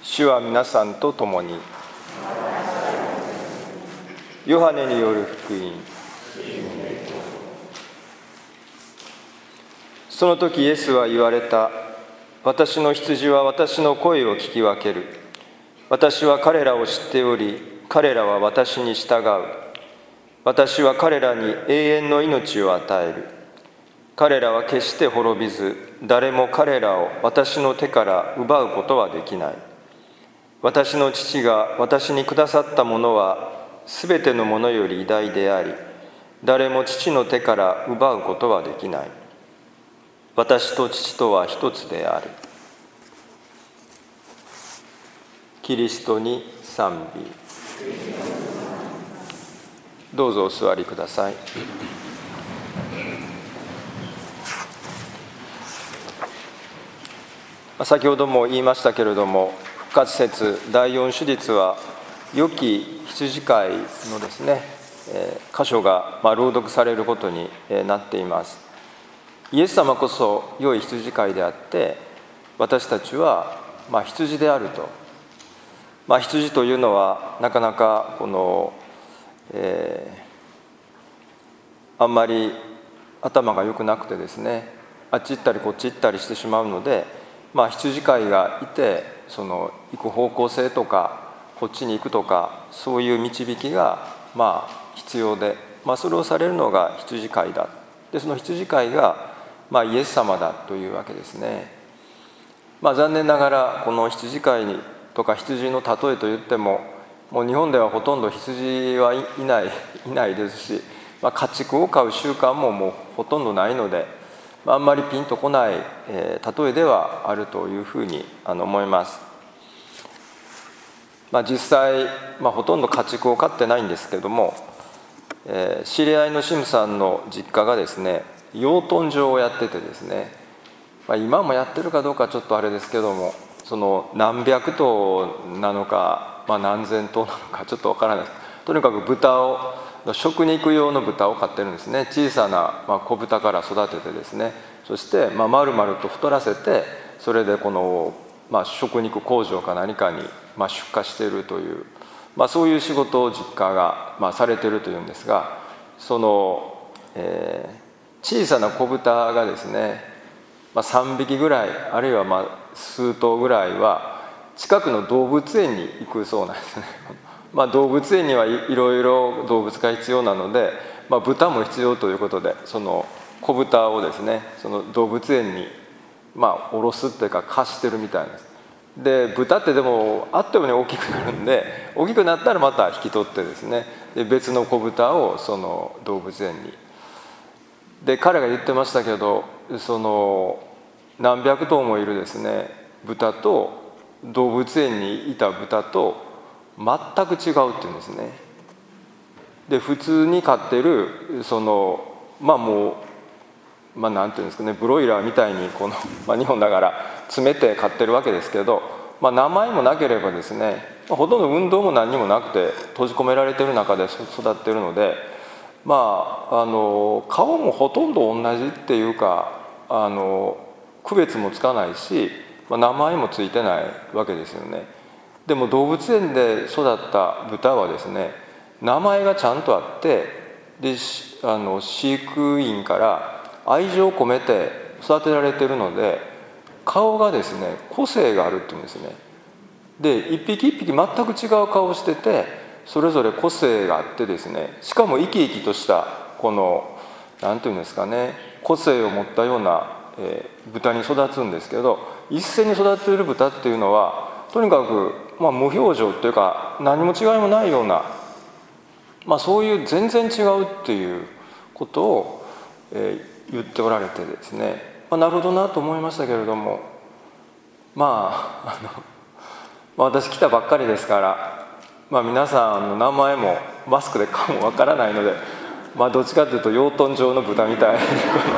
主は皆さんと共に。ヨハネによる福音。その時イエスは言われた。私の羊は私の声を聞き分ける。私は彼らを知っており、彼らは私に従う。私は彼らに永遠の命を与える。彼らは決して滅びず、誰も彼らを私の手から奪うことはできない。私の父が私にくださったものはすべてのものより偉大であり、誰も父の手から奪うことはできない。私と父とは一つである。キリストに賛美。どうぞお座りください。先ほども言いましたけれども、復活節第4主日は良き羊飼いのですね、箇所が朗読されることになっています。イエス様こそ良い羊飼いであって、私たちは羊であると。羊というのはなかなかあんまり頭が良くなくてですね、あっち行ったりこっち行ったりしてしまうので、羊飼いがいて、行く方向性とかこっちに行くとか、そういう導きが必要で、それをされるのが羊飼いだ。でその羊飼いがイエス様だというわけですね。残念ながらこの羊飼いとか羊の例えといっても、もう日本ではほとんど羊はいないですし、家畜を飼う習慣ももうほとんどないので、あんまりピンとこない例えではあるというふうに思います。実際、ほとんど家畜を飼ってないんですけども、知り合いのシムさんの実家がですね、養豚場をやっててですね、今もやってるかどうかちょっとあれですけども、その何百頭なのか、何千頭なのかちょっとわからないです。とにかく豚を、食肉用の豚を飼ってるんですね。小さな子豚から育ててですね、そして丸々と太らせて、それでこの食肉工場か何かに出荷しているという、そういう仕事を実家がされているというんですが、その、小さな子豚がですね、3匹ぐらい、あるいは数頭ぐらいは近くの動物園に行くそうなんですね。動物園にはいろいろ動物が必要なので、豚も必要ということで、その子豚をですね、その動物園に下ろすっていうか貸してるみたいです。で豚ってでもあっという間に大きくなるんで、大きくなったらまた引き取ってですね、で別の子豚をその動物園に。で彼が言ってましたけど、その何百頭もいるですね豚と、動物園にいた豚と全く違うっていうんですね。で普通に飼ってるそのもうなんていうんですかね、ブロイラーみたいにこの、日本だから詰めて飼ってるわけですけど、名前もなければですね、ほとんど運動も何にもなくて閉じ込められてる中で育ってるので、顔もほとんど同じっていうか、区別もつかないし、名前もついてないわけですよね。でも動物園で育った豚はですね、名前がちゃんとあって、で飼育員から愛情を込めて育てられているので、顔がですね個性があるっていうんですね。で一匹一匹全く違う顔をしてて、それぞれ個性があってですね、しかも生き生きとしたこのなんていうんですかね、個性を持ったような、豚に育つんですけど、一斉に育っている豚っていうのはとにかく無表情というか何も違いもないような、そういう全然違うっていうことを、言っておられてですね、なるほどなと思いましたけれども、私来たばっかりですから、皆さんの名前もマスクで顔もわからないので、どっちかというと養豚場の豚みたい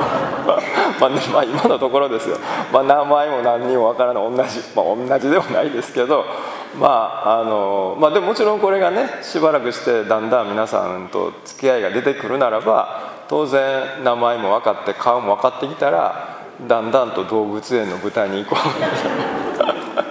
今のところですよ、名前も何にもわからない、同じではないですけど、でももちろんこれがね、しばらくしてだんだん皆さんと付き合いが出てくるならば、当然名前も分かって顔も分かってきたら、だんだんと動物園の豚に行こう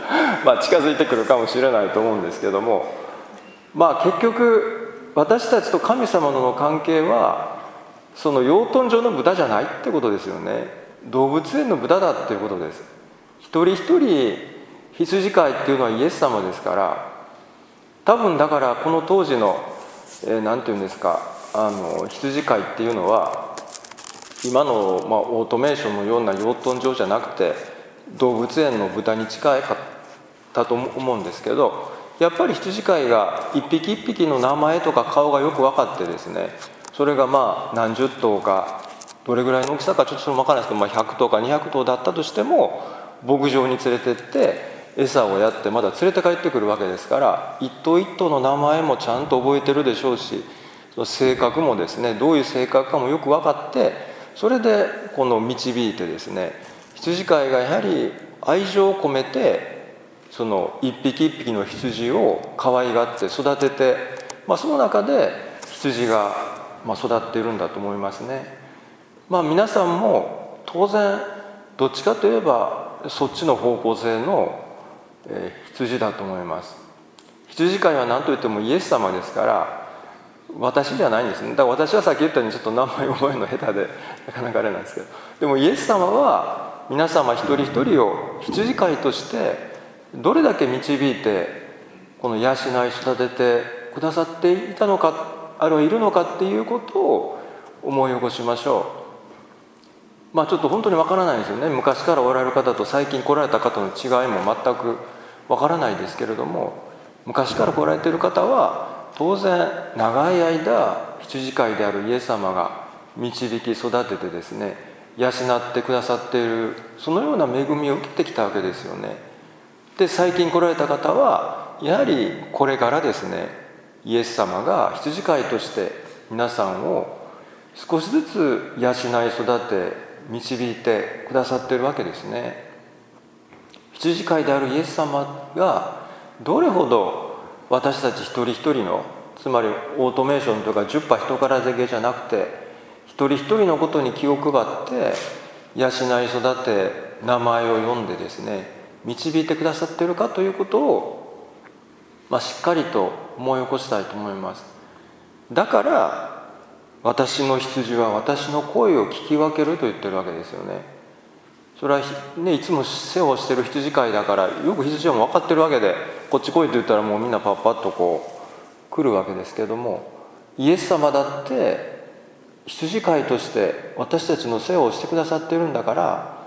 近づいてくるかもしれないと思うんですけども、結局私たちと神様の関係はその養豚場の豚じゃないってことですよね。動物園の豚だっていうことです。一人一人羊飼いっていうのはイエス様ですから、多分だからこの当時の何て言うんですか、羊飼いっていうのは今のオートメーションのような養豚場じゃなくて動物園の豚に近かったと思うんですけど、やっぱり羊飼いが一匹一匹の名前とか顔がよく分かってですね、それが何十頭かどれぐらいの大きさかちょっとそれも分からないですけど、100頭か200頭だったとしても牧場に連れてって餌をやってまだ連れて帰ってくるわけですから、一頭一頭の名前もちゃんと覚えてるでしょうし、その性格もですね、どういう性格かもよく分かって、それでこの導いてですね、羊飼いがやはり愛情を込めてその一匹一匹の羊を可愛がって育てて、その中で羊が育っているんだと思いますね。皆さんも当然どっちかといえばそっちの方向性の羊だと思います。羊飼いは何といってもイエス様ですから私じゃないんですね。だから私はさっき言ったようにちょっと名前覚えるの下手でなかなかあれなんですけど、でもイエス様は皆様一人一人を羊飼いとしてどれだけ導いてこの養い育ててくださっていたのか、あるいはいるのかっていうことを思い起こしましょう。ちょっと本当にわからないですよね。昔からおられる方と最近来られた方の違いも全くわからないですけれども、昔から来られている方は当然長い間羊飼いであるイエス様が導き育ててですね、養ってくださっている、そのような恵みを受けてきたわけですよね。で最近来られた方はやはりこれからですね、イエス様が羊飼いとして皆さんを少しずつ養い育て導いてくださっているわけですね。羊飼いであるイエス様がどれほど私たち一人一人の、つまりオートメーションとか10羽人からぜげじゃなくて一人一人のことに気を配って養い育て名前を呼んでですね導いてくださっているかということを、しっかりと思い起こしたいと思います。だから私の羊は私の声を聞き分けると言ってるわけですよね。それはね、いつも世話をしてる羊飼いだからよく羊はもう分かってるわけで、こっち来いと言ったらもうみんなパッパッと来るわけですけども、イエス様だって羊飼いとして私たちの世話をしてくださっているんだから、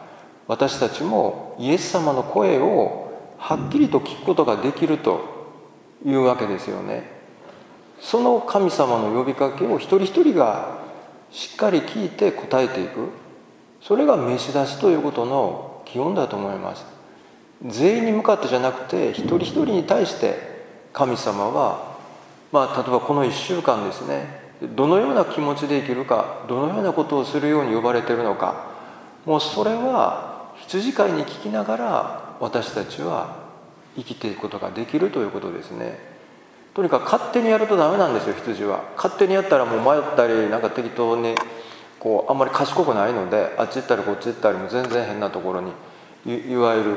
私たちもイエス様の声をはっきりと聞くことができるというわけですよね。その神様の呼びかけを一人一人がしっかり聞いて答えていく、それが召し出しということの基本だと思います。全員に向かってじゃなくて一人一人に対して神様は、例えばこの1週間ですね、どのような気持ちで生きるか、どのようなことをするように呼ばれているのか、もうそれは羊飼いに聞きながら私たちは生きていくことができるということですね。とにかく勝手にやるとダメなんですよ。羊は勝手にやったらもう迷ったり適当にあんまり賢くないので、あっち行ったりこっち行ったりも全然変なところに いわゆる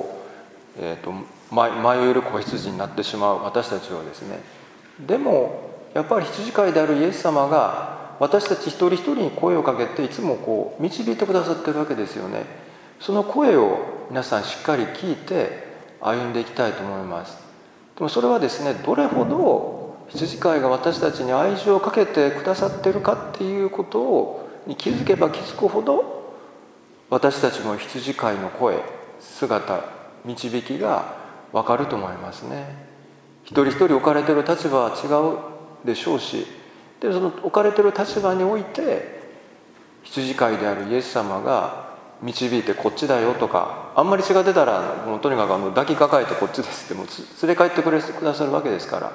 迷える子羊になってしまう私たちはですね、でもやっぱり羊飼いであるイエス様が私たち一人一人に声をかけていつも導いてくださってるわけですよね。その声を皆さんしっかり聞いて歩んでいきたいと思います。でもそれはですね、どれほど羊飼いが私たちに愛情をかけてくださっているかっていうことに気づけば気づくほど、私たちも羊飼いの声、姿、導きが分かると思いますね。一人一人置かれている立場は違うでしょうし、でその置かれている立場において羊飼いであるイエス様が導いてこっちだよとか、あんまり血が出たらもうとにかく抱きかかえてこっちですってもう連れ帰ってくださるわけですから、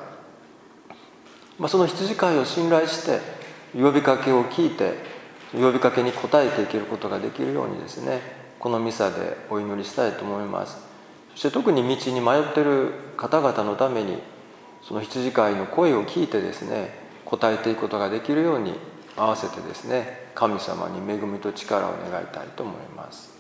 その羊飼いを信頼して呼びかけを聞いて呼びかけに応えていけることができるようにですね、このミサでお祈りしたいと思います。そして特に道に迷っている方々のためにその羊飼いの声を聞いてですね応えていくことができるように合わせてですね、神様に恵みと力を願いたいと思います。